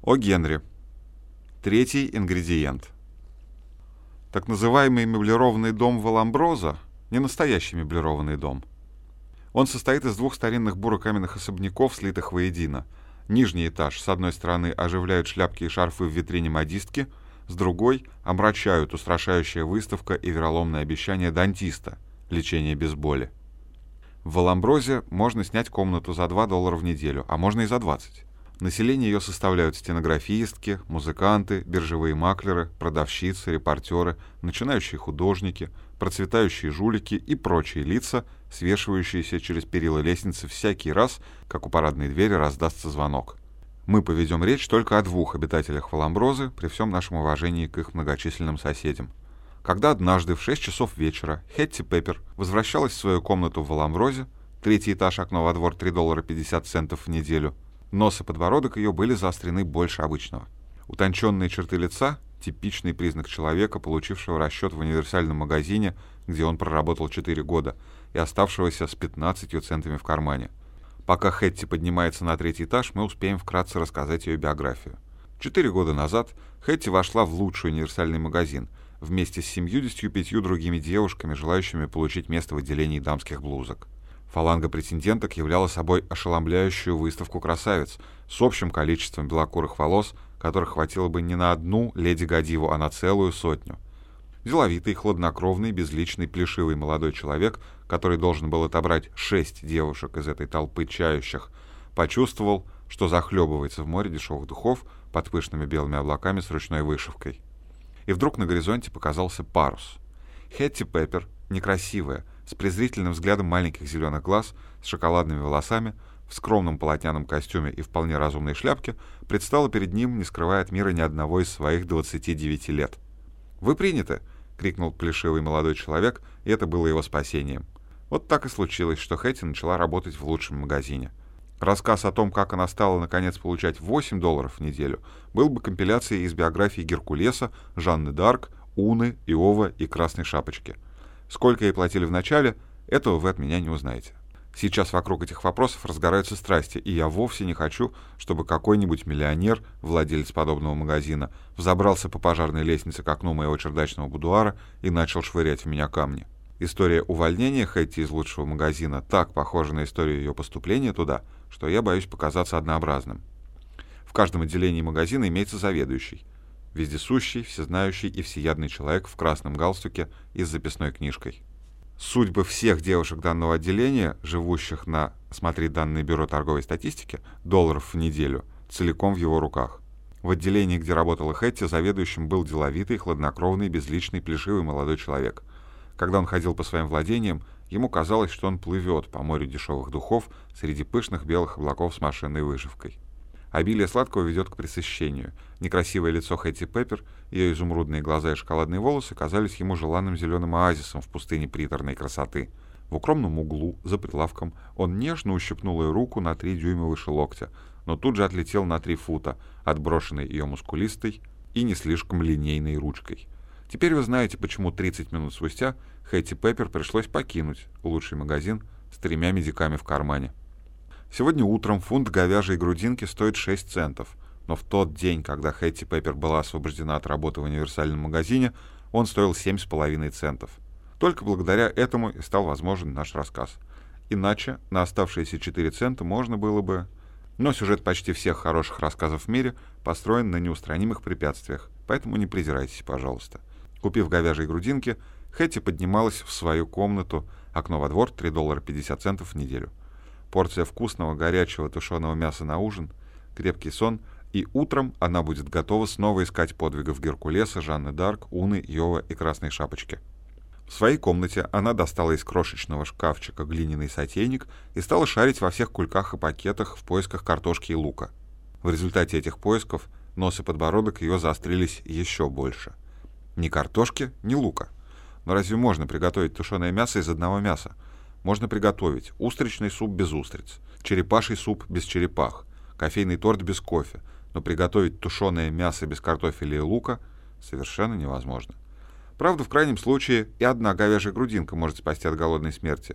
О Генри. Третий ингредиент. Так называемый меблированный дом Валамброза — не настоящий меблированный дом. Он состоит из двух старинных буро-каменных особняков, слитых воедино. Нижний этаж с одной стороны оживляют шляпки и шарфы в витрине модистки, с другой омрачают устрашающая выставка и вероломное обещание дантиста — лечение без боли. В Валамброзе можно снять комнату за $2 в неделю, а можно и за 20. Население ее составляют стенографистки, музыканты, биржевые маклеры, продавщицы, репортеры, начинающие художники, процветающие жулики и прочие лица, свешивающиеся через перила лестницы всякий раз, как у парадной двери раздастся звонок. Мы поведем речь только о двух обитателях Валамброзы, при всем нашем уважении к их многочисленным соседям. Когда однажды в 6 часов вечера Хетти Пеппер возвращалась в свою комнату в Валамброзе, третий этаж, окно во двор, $3.50 в неделю, нос и подбородок ее были заострены больше обычного. Утонченные черты лица — типичный признак человека, получившего расчет в универсальном магазине, где он проработал 4 года, и оставшегося с 15 центами в кармане. Пока Хетти поднимается на третий этаж, мы успеем вкратце рассказать ее биографию. 4 года назад Хетти вошла в лучший универсальный магазин вместе с 75 другими девушками, желающими получить место в отделении дамских блузок. Фаланга претенденток являла собой ошеломляющую выставку красавиц с общим количеством белокурых волос, которых хватило бы не на одну леди Годиву, а на целую сотню. Деловитый, хладнокровный, безличный, плешивый молодой человек, который должен был отобрать 6 девушек из этой толпы чающих, почувствовал, что захлебывается в море дешевых духов под пышными белыми облаками с ручной вышивкой. И вдруг на горизонте показался парус. Хетти Пеппер, некрасивая, с презрительным взглядом маленьких зеленых глаз, с шоколадными волосами, в скромном полотняном костюме и вполне разумной шляпке, предстала перед ним, не скрывая от мира ни одного из своих 29 лет. «Вы приняты!» — крикнул плешивый молодой человек, и это было его спасением. Вот так и случилось, что Хетти начала работать в лучшем магазине. Рассказ о том, как она стала, наконец, получать $8 в неделю, был бы компиляцией из биографий Геркулеса, Жанны д'Арк, Уны, Иова и Красной Шапочки. Сколько ей платили в начале, этого вы от меня не узнаете. Сейчас вокруг этих вопросов разгораются страсти, и я вовсе не хочу, чтобы какой-нибудь миллионер, владелец подобного магазина, взобрался по пожарной лестнице к окну моего чердачного будуара и начал швырять в меня камни. История увольнения Хетти из лучшего магазина так похожа на историю ее поступления туда, что я боюсь показаться однообразным. В каждом отделении магазина имеется заведующий. Вездесущий, всезнающий и всеядный человек в красном галстуке и с записной книжкой. Судьбы всех девушек данного отделения, живущих на, смотри данные Бюро торговой статистики, $1 в неделю, целиком в его руках. В отделении, где работала Хетти, заведующим был деловитый, хладнокровный, безличный, плешивый молодой человек. Когда он ходил по своим владениям, ему казалось, что он плывет по морю дешевых духов среди пышных белых облаков с машинной вышивкой. Обилие сладкого ведет к пресыщению. Некрасивое лицо Хетти Пеппер, ее изумрудные глаза и шоколадные волосы казались ему желанным зеленым оазисом в пустыне приторной красоты. В укромном углу, за прилавком, он нежно ущипнул ее руку на 3 дюйма выше локтя, но тут же отлетел на 3 фута, отброшенной ее мускулистой и не слишком линейной ручкой. Теперь вы знаете, почему 30 минут спустя Хетти Пеппер пришлось покинуть лучший магазин с 3 медиками в кармане. Сегодня утром фунт говяжьей грудинки стоит 6 центов, но в тот день, когда Хетти Пеппер была освобождена от работы в универсальном магазине, он стоил 7,5 центов. Только благодаря этому и стал возможен наш рассказ. Иначе на оставшиеся 4 цента можно было бы... Но сюжет почти всех хороших рассказов в мире построен на неустранимых препятствиях, поэтому не презирайтесь, пожалуйста. Купив говяжьи грудинки, Хетти поднималась в свою комнату, окно во двор, $3.50 в неделю. Порция вкусного горячего тушеного мяса на ужин, крепкий сон, и утром она будет готова снова искать подвигов Геркулеса, Жанны д'Арк, Уны, Иова и Красной Шапочки. В своей комнате она достала из крошечного шкафчика глиняный сотейник и стала шарить во всех кульках и пакетах в поисках картошки и лука. В результате этих поисков нос и подбородок ее заострились еще больше. Ни картошки, ни лука. Но разве можно приготовить тушеное мясо из одного мяса? Можно приготовить устричный суп без устриц, черепаший суп без черепах, кофейный торт без кофе, но приготовить тушеное мясо без картофеля и лука совершенно невозможно. Правда, в крайнем случае и одна говяжья грудинка может спасти от голодной смерти.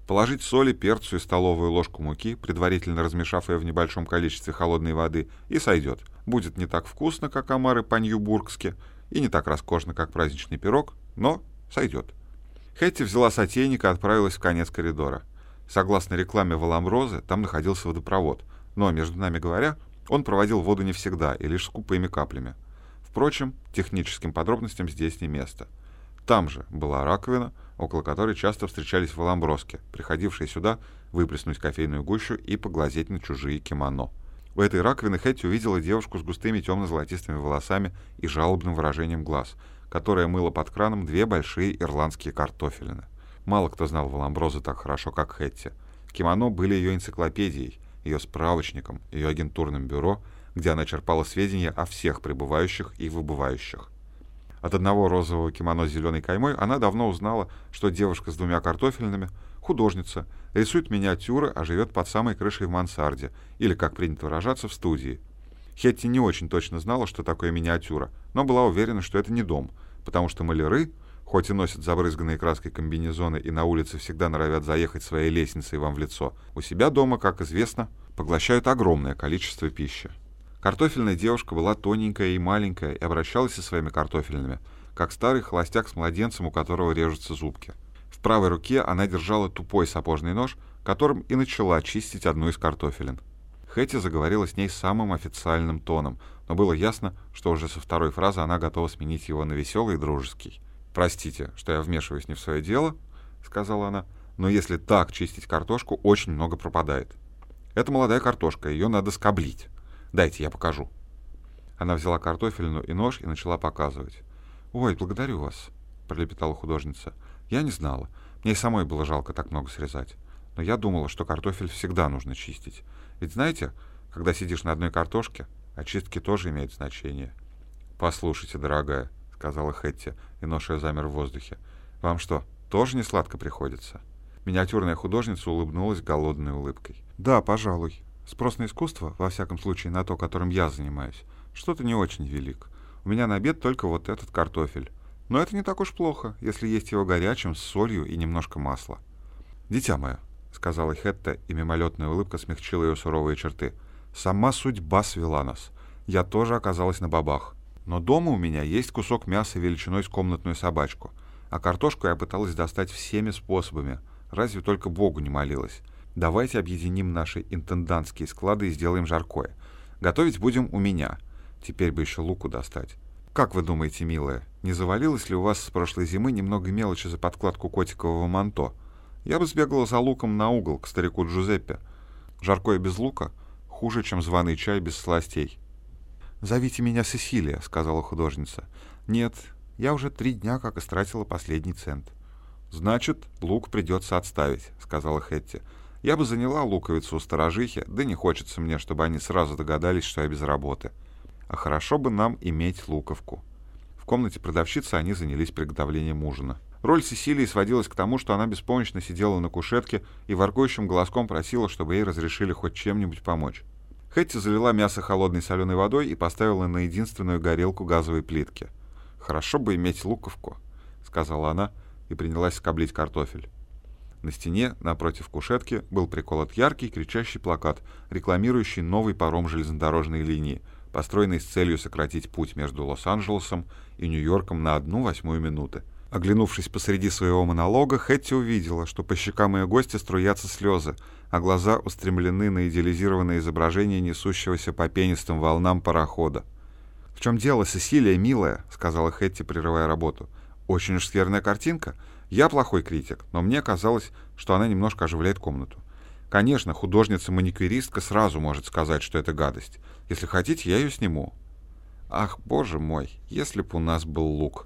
Положить соли, перцу и столовую ложку муки, предварительно размешав ее в небольшом количестве холодной воды, и сойдет. Будет не так вкусно, как омары по-ньюбургски, и не так роскошно, как праздничный пирог, но сойдет. Хэтти взяла сотейник и отправилась в конец коридора. Согласно рекламе Валамброзы, там находился водопровод, но, между нами говоря, он проводил воду не всегда и лишь скупыми каплями. Впрочем, техническим подробностям здесь не место. Там же была раковина, около которой часто встречались валамброски, приходившие сюда выплеснуть кофейную гущу и поглазеть на чужие кимоно. У этой раковины Хэтти увидела девушку с густыми темно-золотистыми волосами и жалобным выражением глаз, которая мыла под краном 2 большие ирландские картофелины. Мало кто знал Валамброзу так хорошо, как Хэтти. Кимоно были ее энциклопедией, ее справочником, ее агентурным бюро, где она черпала сведения о всех прибывающих и выбывающих. От одного розового кимоно с зеленой каймой она давно узнала, что девушка с 2 картофельными — художница, рисует миниатюры, а живет под самой крышей в мансарде, или, как принято выражаться, в студии. Хэтти не очень точно знала, что такое миниатюра, но была уверена, что это не дом, потому что маляры, хоть и носят забрызганные краской комбинезоны и на улице всегда норовят заехать своей лестницей вам в лицо, у себя дома, как известно, поглощают огромное количество пищи. Картофельная девушка была тоненькая и маленькая и обращалась со своими картофельными, как старый холостяк с младенцем, у которого режутся зубки. В правой руке она держала тупой сапожный нож, которым и начала чистить одну из картофелин. Хэтти заговорила с ней самым официальным тоном, но было ясно, что уже со второй фразы она готова сменить его на веселый и дружеский. «Простите, что я вмешиваюсь не в свое дело», — сказала она, «но если так чистить картошку, очень много пропадает. Это молодая картошка, ее надо скоблить. Дайте, я покажу». Она взяла картофельную и нож и начала показывать. «Ой, благодарю вас», — пролепетала художница. «Я не знала. Мне и самой было жалко так много срезать. Но я думала, что картофель всегда нужно чистить. Ведь знаете, когда сидишь на одной картошке, очистки тоже имеют значение». «Послушайте, дорогая», — сказала Хэтти, и нож ее замер в воздухе. «Вам что, тоже не сладко приходится?» Миниатюрная художница улыбнулась голодной улыбкой. «Да, пожалуй. Спрос на искусство, во всяком случае на то, которым я занимаюсь, что-то не очень велик. У меня на обед только вот этот картофель. Но это не так уж плохо, если есть его горячим, с солью и немножко масла». «Дитя мое», — сказала Хэтта, и мимолетная улыбка смягчила ее суровые черты, — «сама судьба свела нас. Я тоже оказалась на бабах. Но дома у меня есть кусок мяса величиной с комнатную собачку, а картошку я пыталась достать всеми способами, разве только Богу не молилась. Давайте объединим наши интендантские склады и сделаем жаркое. Готовить будем у меня. Теперь бы еще луку достать. Как вы думаете, милая, не завалилось ли у вас с прошлой зимы немного мелочи за подкладку котикового манто? Я бы сбегала за луком на угол к старику Джузеппе. Жаркое без лука хуже, чем званый чай без сластей». «Зовите меня Сесилия», — сказала художница. «Нет, я уже 3 дня как истратила последний цент». «Значит, лук придется отставить», — сказала Хэтти. «Я бы заняла луковицу у сторожихи, да не хочется мне, чтобы они сразу догадались, что я без работы. А хорошо бы нам иметь луковку». В комнате продавщицы они занялись приготовлением ужина. Роль Сесилии сводилась к тому, что она беспомощно сидела на кушетке и воркующим голоском просила, чтобы ей разрешили хоть чем-нибудь помочь. Хэтти залила мясо холодной соленой водой и поставила на единственную горелку газовой плитки. «Хорошо бы иметь луковку», — сказала она и принялась скоблить картофель. На стене, напротив кушетки, был приколот яркий кричащий плакат, рекламирующий новый паром железнодорожной линии, построенный с целью сократить путь между Лос-Анджелесом и Нью-Йорком на 1/8 минуты. Оглянувшись посреди своего монолога, Хэтти увидела, что по щекам ее гостя струятся слезы, а глаза устремлены на идеализированное изображение несущегося по пенистым волнам парохода. «В чем дело, Сесилия, милая?» — сказала Хэтти, прерывая работу. «Очень уж скверная картинка. Я плохой критик, но мне казалось, что она немножко оживляет комнату. Конечно, художница-маникюристка сразу может сказать, что это гадость. Если хотите, я ее сниму». «Ах, боже мой, если б у нас был лук!»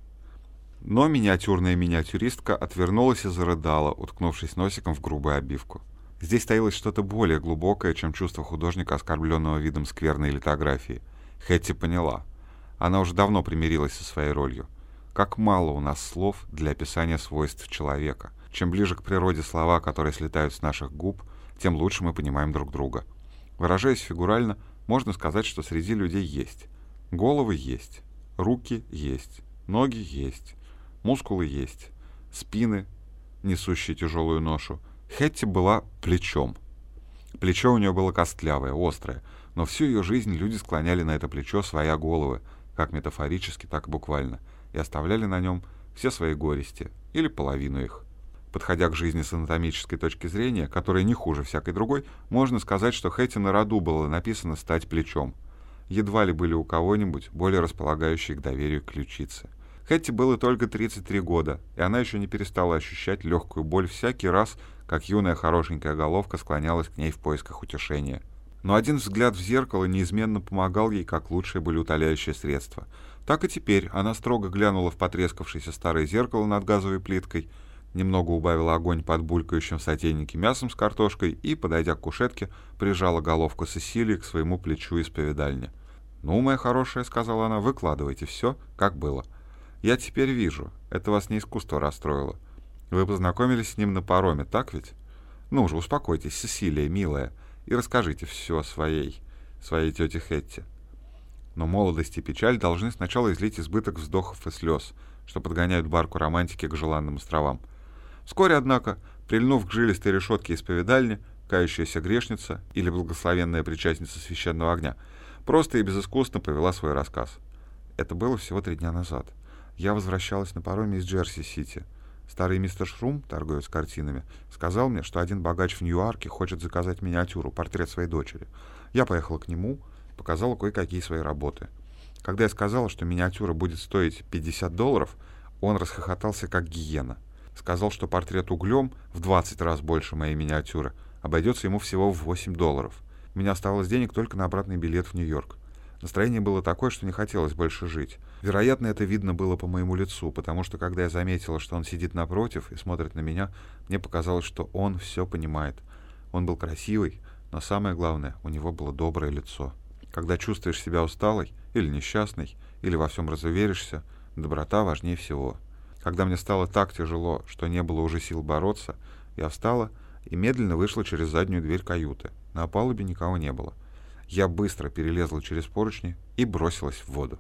Но миниатюрная миниатюристка отвернулась и зарыдала, уткнувшись носиком в грубую обивку. Здесь таилось что-то более глубокое, чем чувство художника, оскорбленного видом скверной литографии. Хэтти поняла. Она уже давно примирилась со своей ролью. Как мало у нас слов для описания свойств человека. Чем ближе к природе слова, которые слетают с наших губ, тем лучше мы понимаем друг друга. Выражаясь фигурально, можно сказать, что среди людей есть. Головы есть, руки есть, ноги есть, мускулы есть, спины, несущие тяжелую ношу, Хетти была плечом. Плечо у нее было костлявое, острое, но всю ее жизнь люди склоняли на это плечо свои головы, как метафорически, так и буквально, и оставляли на нем все свои горести, или половину их. Подходя к жизни с анатомической точки зрения, которая не хуже всякой другой, можно сказать, что Хетти на роду было написано «стать плечом». Едва ли были у кого-нибудь более располагающие к доверию ключицы. Хетти было только 33 года, и она еще не перестала ощущать легкую боль всякий раз, как юная хорошенькая головка склонялась к ней в поисках утешения. Но один взгляд в зеркало неизменно помогал ей, как лучшее болеутоляющее средство. Так и теперь она строго глянула в потрескавшееся старое зеркало над газовой плиткой, немного убавила огонь под булькающим в сотейнике мясом с картошкой и, подойдя к кушетке, прижала головку Сесилии к своему плечу исповедальни. «Ну, моя хорошая», — сказала она, — «выкладывайте все, как было. Я теперь вижу, это вас не искусство расстроило. Вы познакомились с ним на пароме, так ведь? Ну же, успокойтесь, Сесилия, милая, и расскажите все о своей тете Хетти». Но молодость и печаль должны сначала излить избыток вздохов и слез, что подгоняют барку романтики к желанным островам. Вскоре, однако, прильнув к жилистой решетке исповедальни, кающаяся грешница или благословенная причастница священного огня просто и безыскусно повела свой рассказ. Это было всего 3 дня назад. Я возвращалась на пароме из Джерси-Сити. Старый мистер Шрум, торговец картинами, сказал мне, что один богач в Ньюарке хочет заказать миниатюру, портрет своей дочери. Я поехала к нему, показала кое-какие свои работы. Когда я сказала, что миниатюра будет стоить $50, он расхохотался, как гиена. Сказал, что портрет углем в 20 раз больше моей миниатюры обойдется ему всего в $8. У меня оставалось денег только на обратный билет в Нью-Йорк. Настроение было такое, что не хотелось больше жить. Вероятно, это видно было по моему лицу, потому что, когда я заметила, что он сидит напротив и смотрит на меня, мне показалось, что он все понимает. Он был красивый, но самое главное, у него было доброе лицо. Когда чувствуешь себя усталой или несчастной, или во всем разуверишься, доброта важнее всего. Когда мне стало так тяжело, что не было уже сил бороться, я встала и медленно вышла через заднюю дверь каюты. На палубе никого не было. Я быстро перелезла через поручни и бросилась в воду.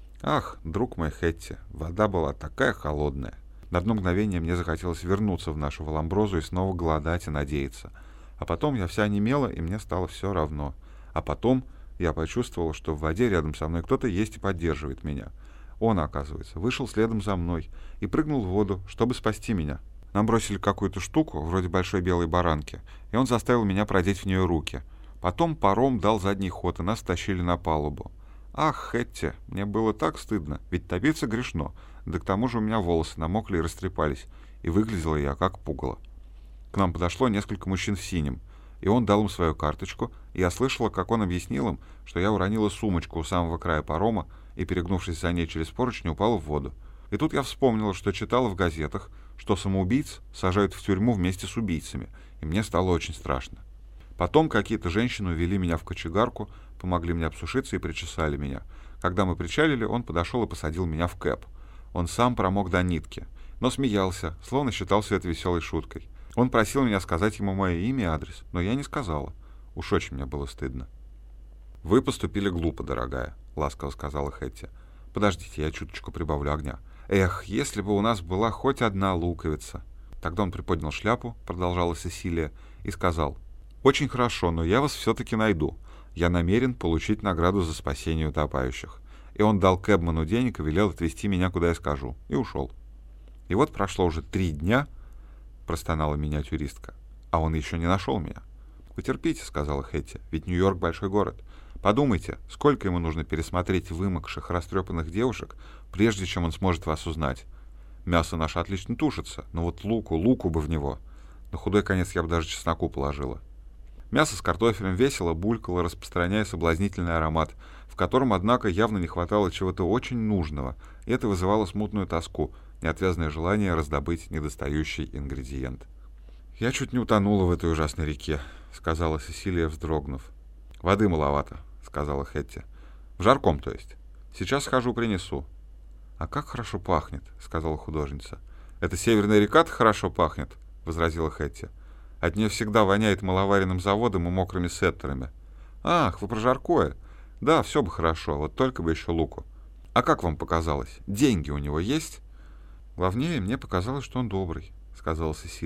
Ах, друг мой Хетти, вода была такая холодная. На одно мгновение мне захотелось вернуться в нашу Валамброзу и снова голодать и надеяться. А потом я вся онемела, и мне стало все равно. А потом я почувствовала, что в воде рядом со мной кто-то есть и поддерживает меня. Он, оказывается, вышел следом за мной и прыгнул в воду, чтобы спасти меня. Нам бросили какую-то штуку, вроде большой белой баранки, и он заставил меня продеть в нее руки. Потом паром дал задний ход, и нас тащили на палубу. Ах, Хетти, мне было так стыдно, ведь топиться грешно, да к тому же у меня волосы намокли и растрепались, и выглядела я как пугало. К нам подошло несколько мужчин в синем, и он дал им свою карточку, и я слышала, как он объяснил им, что я уронила сумочку у самого края парома и, перегнувшись за ней через поручни, упала в воду. И тут я вспомнила, что читала в газетах, что самоубийц сажают в тюрьму вместе с убийцами, и мне стало очень страшно. Потом какие-то женщины увели меня в кочегарку, помогли мне обсушиться и причесали меня. Когда мы причалили, он подошел и посадил меня в кэб. Он сам промок до нитки, но смеялся, словно считал все это веселой шуткой. Он просил меня сказать ему мое имя и адрес, но я не сказала. Уж очень мне было стыдно. «Вы поступили глупо, дорогая», — ласково сказала Хетти. «Подождите, я чуточку прибавлю огня. Эх, если бы у нас была хоть одна луковица». Тогда он приподнял шляпу, продолжала Сесилия, и сказал: «Очень хорошо, но я вас все-таки найду. Я намерен получить награду за спасение утопающих». И он дал кэбману денег и велел отвезти меня, куда я скажу, и ушел. И вот прошло уже 3 дня, простонала миниатюристка, а он еще не нашел меня. «Потерпите», — сказала Хетти, — «ведь Нью-Йорк — большой город. Подумайте, сколько ему нужно пересмотреть вымокших, растрепанных девушек, прежде чем он сможет вас узнать. Мясо наше отлично тушится, но вот луку бы в него. На худой конец я бы даже чесноку положила». Мясо с картофелем весело булькало, распространяя соблазнительный аромат, в котором, однако, явно не хватало чего-то очень нужного, и это вызывало смутную тоску, неотвязное желание раздобыть недостающий ингредиент. «Я чуть не утонула в этой ужасной реке», — сказала Сесилия, вздрогнув. «Воды маловато», — сказала Хетти. «В жарком, то есть. Сейчас схожу, принесу». «А как хорошо пахнет», — сказала художница. «Это северная река-то хорошо пахнет», — возразила Хетти. «От нее всегда воняет маловаренным заводом и мокрыми сеттерами». «Ах, вы про жаркое? Да, все бы хорошо, вот только бы еще луку. А как вам показалось? Деньги у него есть?» «Главнее, мне показалось, что он добрый», — сказала Сесилия.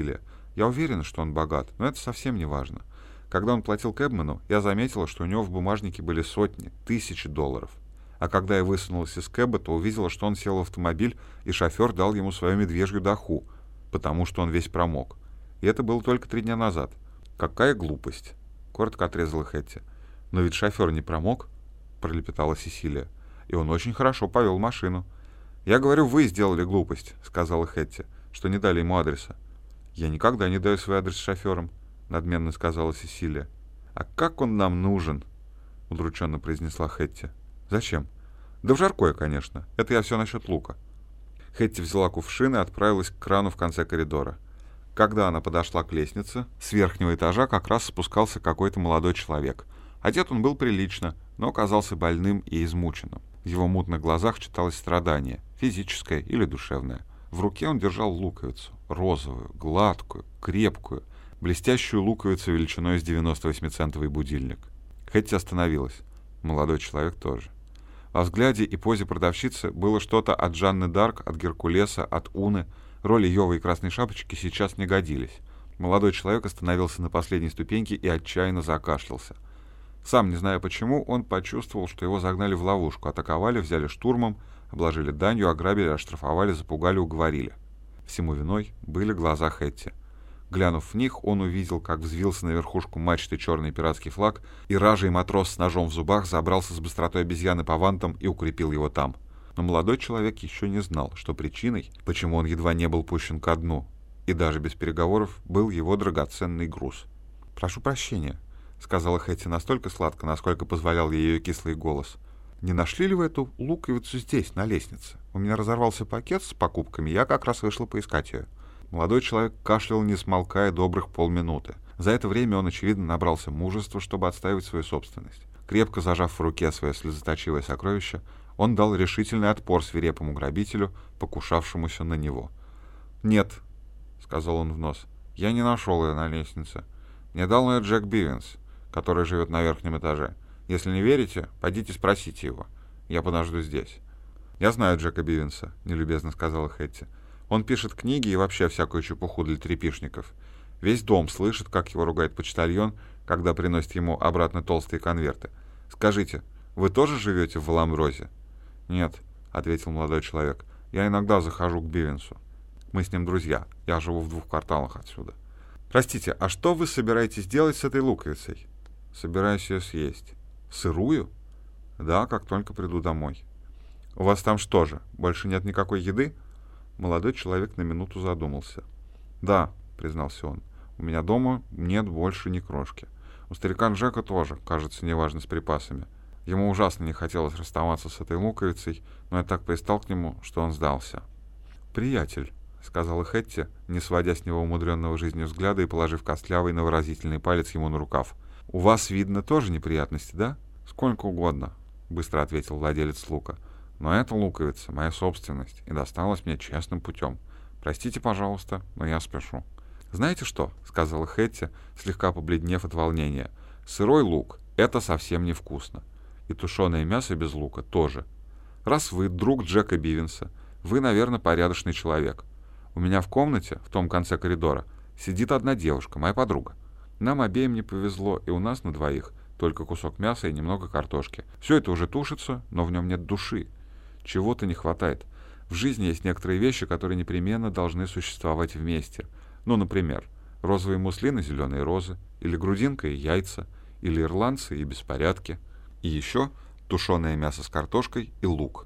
Я уверена, что он богат, но это совсем не важно. Когда он платил кэбмену, я заметила, что у него в бумажнике были сотни, тысячи долларов. А когда я высунулась из кэба, то увидела, что он сел в автомобиль, и шофер дал ему свою медвежью даху, потому что он весь промок. И это было только 3 дня назад. «Какая глупость!» — коротко отрезала Хэтти. «Но ведь шофер не промок», — пролепетала Сесилия. «И он очень хорошо повел машину». «Я говорю, вы сделали глупость», — сказала Хэтти, — «что не дали ему адреса». «Я никогда не даю свой адрес шоферам», — надменно сказала Сесилия. «А как он нам нужен?» — удрученно произнесла Хэтти. «Зачем?» «Да в жаркое, конечно. Это я все насчет лука». Хэтти взяла кувшин и отправилась к крану в конце коридора. Когда она подошла к лестнице, с верхнего этажа как раз спускался какой-то молодой человек. Одет он был прилично, но казался больным и измученным. В его мутных глазах читалось страдание, физическое или душевное. В руке он держал луковицу, розовую, гладкую, крепкую, блестящую луковицу величиной с 98-центовый будильник. Хэтти остановилась. Молодой человек тоже. Во взгляде и позе продавщицы было что-то от Жанны Дарк, от Геркулеса, от Уны. Роли Йовы и Красной Шапочки сейчас не годились. Молодой человек остановился на последней ступеньке и отчаянно закашлялся. Сам, не зная почему, он почувствовал, что его загнали в ловушку, атаковали, взяли штурмом, обложили данью, ограбили, оштрафовали, запугали, уговорили. Всему виной были глаза Хэтти. Глянув в них, он увидел, как взвился на верхушку мачты черный пиратский флаг, и ражий матрос с ножом в зубах забрался с быстротой обезьяны по вантам и укрепил его там. Но молодой человек еще не знал, что причиной, почему он едва не был пущен ко дну, и даже без переговоров, был его драгоценный груз. «Прошу прощения», — сказала Хэтти настолько сладко, насколько позволял ей ее кислый голос. «Не нашли ли вы эту луковицу здесь, на лестнице? У меня разорвался пакет с покупками, я как раз вышла поискать ее». Молодой человек кашлял, не смолкая, добрых полминуты. За это время он, очевидно, набрался мужества, чтобы отстаивать свою собственность. Крепко зажав в руке свое слезоточивое сокровище, он дал решительный отпор свирепому грабителю, покушавшемуся на него. «Нет», — сказал он в нос, — «я не нашел ее на лестнице. Мне дал ее Джек Бивенс, который живет на верхнем этаже. Если не верите, пойдите спросите его. Я подожду здесь». «Я знаю Джека Бивенса», — нелюбезно сказала Хэтти. «Он пишет книги и вообще всякую чепуху для трепишников. Весь дом слышит, как его ругает почтальон, когда приносит ему обратно толстые конверты. Скажите, вы тоже живете в Валамброзе?» «Нет», — ответил молодой человек. «Я иногда захожу к Бивенсу. Мы с ним друзья. Я живу в 2 кварталах отсюда». «Простите, а что вы собираетесь делать с этой луковицей?» «Собираюсь ее съесть». «Сырую?» «Да, как только приду домой». «У вас там что же, больше нет никакой еды?» Молодой человек на минуту задумался. «Да», — признался он, — «у меня дома нет больше ни крошки. У старика Джека тоже, кажется, неважно с припасами. Ему ужасно не хотелось расставаться с этой луковицей, но я так пристал к нему, что он сдался». «Приятель», — сказала Хэтти, не сводя с него умудренного жизнью взгляда и положив костлявый, но выразительный палец ему на рукав. «У вас, видно, тоже неприятности, да?» «Сколько угодно», — быстро ответил владелец лука. «Но эта луковица — моя собственность, и досталась мне честным путем. Простите, пожалуйста, но я спешу». «Знаете что?» — сказала Хэтти, слегка побледнев от волнения. «Сырой лук — это совсем невкусно. И тушеное мясо без лука тоже. Раз вы друг Джека Бивенса, вы, наверное, порядочный человек. У меня в комнате, в том конце коридора, сидит одна девушка, моя подруга. Нам обеим не повезло, и у нас на двоих только кусок мяса и немного картошки. Все это уже тушится, но в нем нет души. Чего-то не хватает. В жизни есть некоторые вещи, которые непременно должны существовать вместе. Ну, например, розовые муслины и зеленые розы, или грудинка и яйца, или ирландцы и беспорядки. И еще тушеное мясо с картошкой и лук.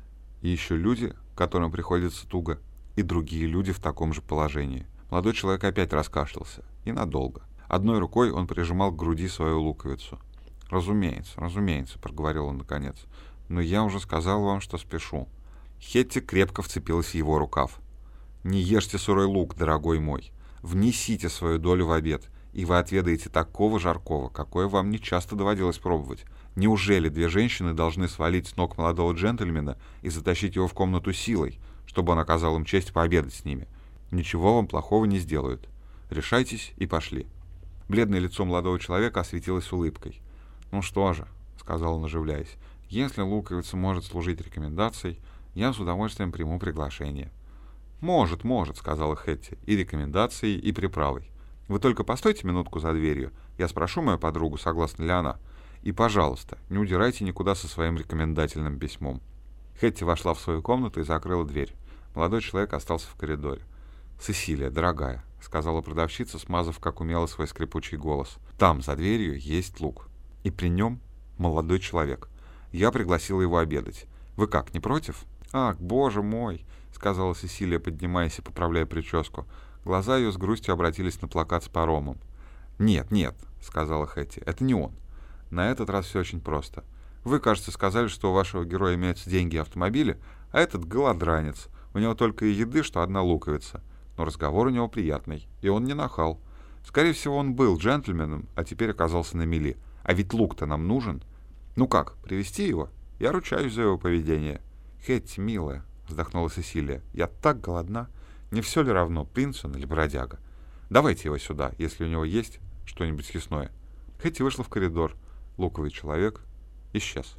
И еще люди, которым приходится туго, и другие люди в таком же положении». Молодой человек опять раскашлялся. И надолго. Одной рукой он прижимал к груди свою луковицу. «Разумеется», — проговорил он наконец. «Но я уже сказал вам, что спешу». Хэтти крепко вцепилась в его рукав. «Не ешьте сырой лук, дорогой мой. Внесите свою долю в обед, и вы отведаете такого жаркого, какое вам не часто доводилось пробовать. Неужели 2 женщины должны свалить с ног молодого джентльмена и затащить его в комнату силой, чтобы он оказал им честь пообедать с ними? Ничего вам плохого не сделают. Решайтесь и пошли». Бледное лицо молодого человека осветилось улыбкой. «Ну что же», — сказал он, оживляясь, — «если луковица может служить рекомендацией, я с удовольствием приму приглашение». «Может, может», — сказала Хэтти, — «и рекомендацией, и приправой. Вы только постойте минутку за дверью, я спрошу мою подругу, согласна ли она. И, пожалуйста, не удирайте никуда со своим рекомендательным письмом». Хэтти вошла в свою комнату и закрыла дверь. Молодой человек остался в коридоре. «Сесилия, дорогая», — сказала продавщица, смазав как умело свой скрипучий голос, — «там, за дверью, есть лук. И при нем молодой человек. Я пригласила его обедать. Вы как, не против?» «Ах, боже мой», — сказала Сесилия, поднимаясь и поправляя прическу. Глаза ее с грустью обратились на плакат с паромом. «Нет, нет», — сказала Хэтти, — «это не он. На этот раз все очень просто. Вы, кажется, сказали, что у вашего героя имеются деньги и автомобили, а этот голодранец. У него только и еды, что одна луковица. Но разговор у него приятный, и он не нахал. Скорее всего, он был джентльменом, а теперь оказался на мели. А ведь лук-то нам нужен. Ну как, привезти его? Я ручаюсь за его поведение». «Хэтти, милая», — вздохнула Сесилия, — «я так голодна. Не все ли равно, принц он или бродяга? Давайте его сюда, если у него есть что-нибудь съестное». Хэтти вышла в коридор. Луковый человек исчез.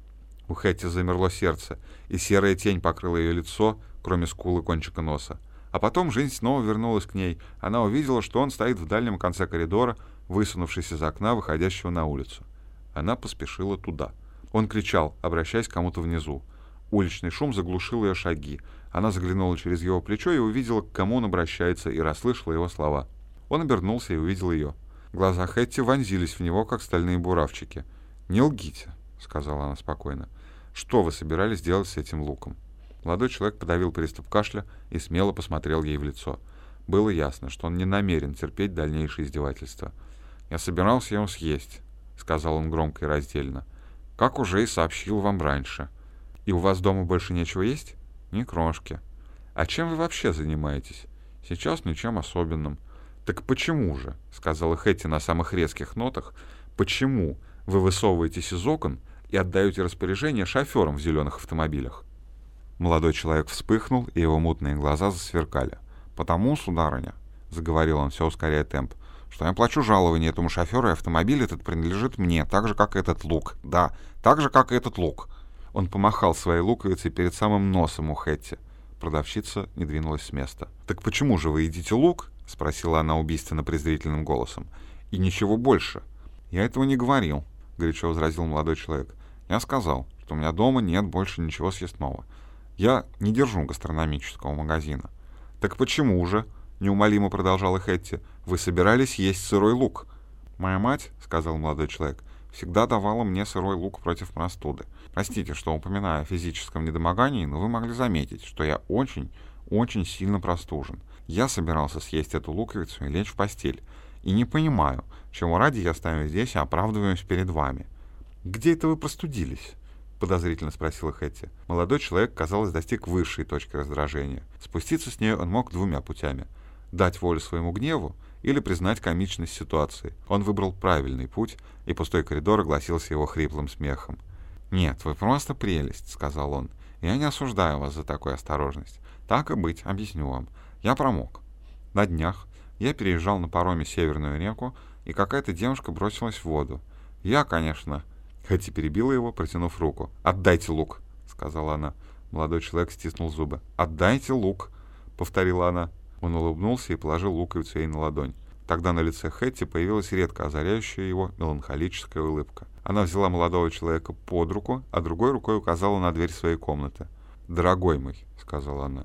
У Хэтти замерло сердце, и серая тень покрыла ее лицо, кроме скул и кончика носа. А потом жизнь снова вернулась к ней. Она увидела, что он стоит в дальнем конце коридора, высунувшись из окна, выходящего на улицу. Она поспешила туда. Он кричал, обращаясь к кому-то внизу. Уличный шум заглушил ее шаги. Она заглянула через его плечо и увидела, к кому он обращается, и расслышала его слова. Он обернулся и увидел ее. Глаза Хэтти вонзились в него, как стальные буравчики. «Не лгите», — сказала она спокойно. «Что вы собирались делать с этим луком?» Молодой человек подавил приступ кашля и смело посмотрел ей в лицо. Было ясно, что он не намерен терпеть дальнейшие издевательства. «Я собирался его съесть», — сказал он громко и раздельно, — «как уже и сообщил вам раньше. И у вас дома больше нечего есть?» «Ни крошки». «А чем вы вообще занимаетесь?» «Сейчас ничем особенным». «Так почему же?» — сказала Хэтти на самых резких нотах. «Почему вы высовываетесь из окон и отдаете распоряжение шоферам в зеленых автомобилях?» Молодой человек вспыхнул, и его мутные глаза засверкали. «Потому, сударыня», — заговорил он, все ускоряя темп, — «что я плачу жалование этому шоферу, и автомобиль этот принадлежит мне, так же, как и этот лук. Да, так же, как и этот лук». Он помахал своей луковицей перед самым носом у Хэтти. Продавщица не двинулась с места. «Так почему же вы едите лук?» — спросила она убийственно-презрительным голосом. «И ничего больше». «Я этого не говорил», — горячо возразил молодой человек. «Я сказал, что у меня дома нет больше ничего съестного. Я не держу гастрономического магазина». «Так почему же?» — неумолимо продолжала Хэтти. «Вы собирались есть сырой лук». «Моя мать, — сказал молодой человек, — всегда давала мне сырой лук против простуды. Простите, что упоминаю о физическом недомогании, но вы могли заметить, что я очень, очень сильно простужен. Я собирался съесть эту луковицу и лечь в постель. И не понимаю, чему ради я стою здесь и оправдываюсь перед вами». «Где это вы простудились?» — подозрительно спросила Хэтти. Молодой человек, казалось, достиг высшей точки раздражения. Спуститься с нее он мог двумя путями: дать волю своему гневу или признать комичность ситуации. Он выбрал правильный путь, и пустой коридор огласился его хриплым смехом. «Нет, вы просто прелесть», — сказал он. «Я не осуждаю вас за такую осторожность. Так и быть, объясню вам. Я промок. На днях я переезжал на пароме Северную реку, и какая-то девушка бросилась в воду. Я, конечно...» Хэтти перебила его, протянув руку. «Отдайте лук», — сказала она. Молодой человек стиснул зубы. «Отдайте лук», — повторила она. Он улыбнулся и положил луковицу ей на ладонь. Тогда на лице Хэтти появилась редко озаряющая его меланхолическая улыбка. Она взяла молодого человека под руку, а другой рукой указала на дверь своей комнаты. «Дорогой мой», — сказала она,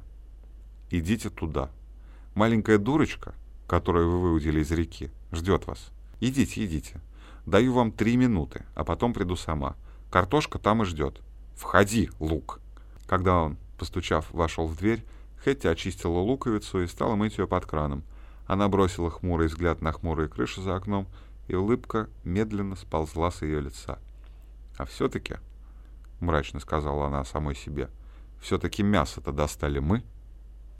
— «идите туда. Маленькая дурочка, которую вы выудили из реки, ждет вас. Идите, идите. Даю вам 3 минуты, а потом приду сама. Картошка там и ждет. Входи, лук». Когда он, постучав, вошел в дверь, Хэтти очистила луковицу и стала мыть ее под краном. Она бросила хмурый взгляд на хмурые крыши за окном, и улыбка медленно сползла с ее лица. «А все-таки, — мрачно сказала она самой себе, — все-таки мясо-то достали мы».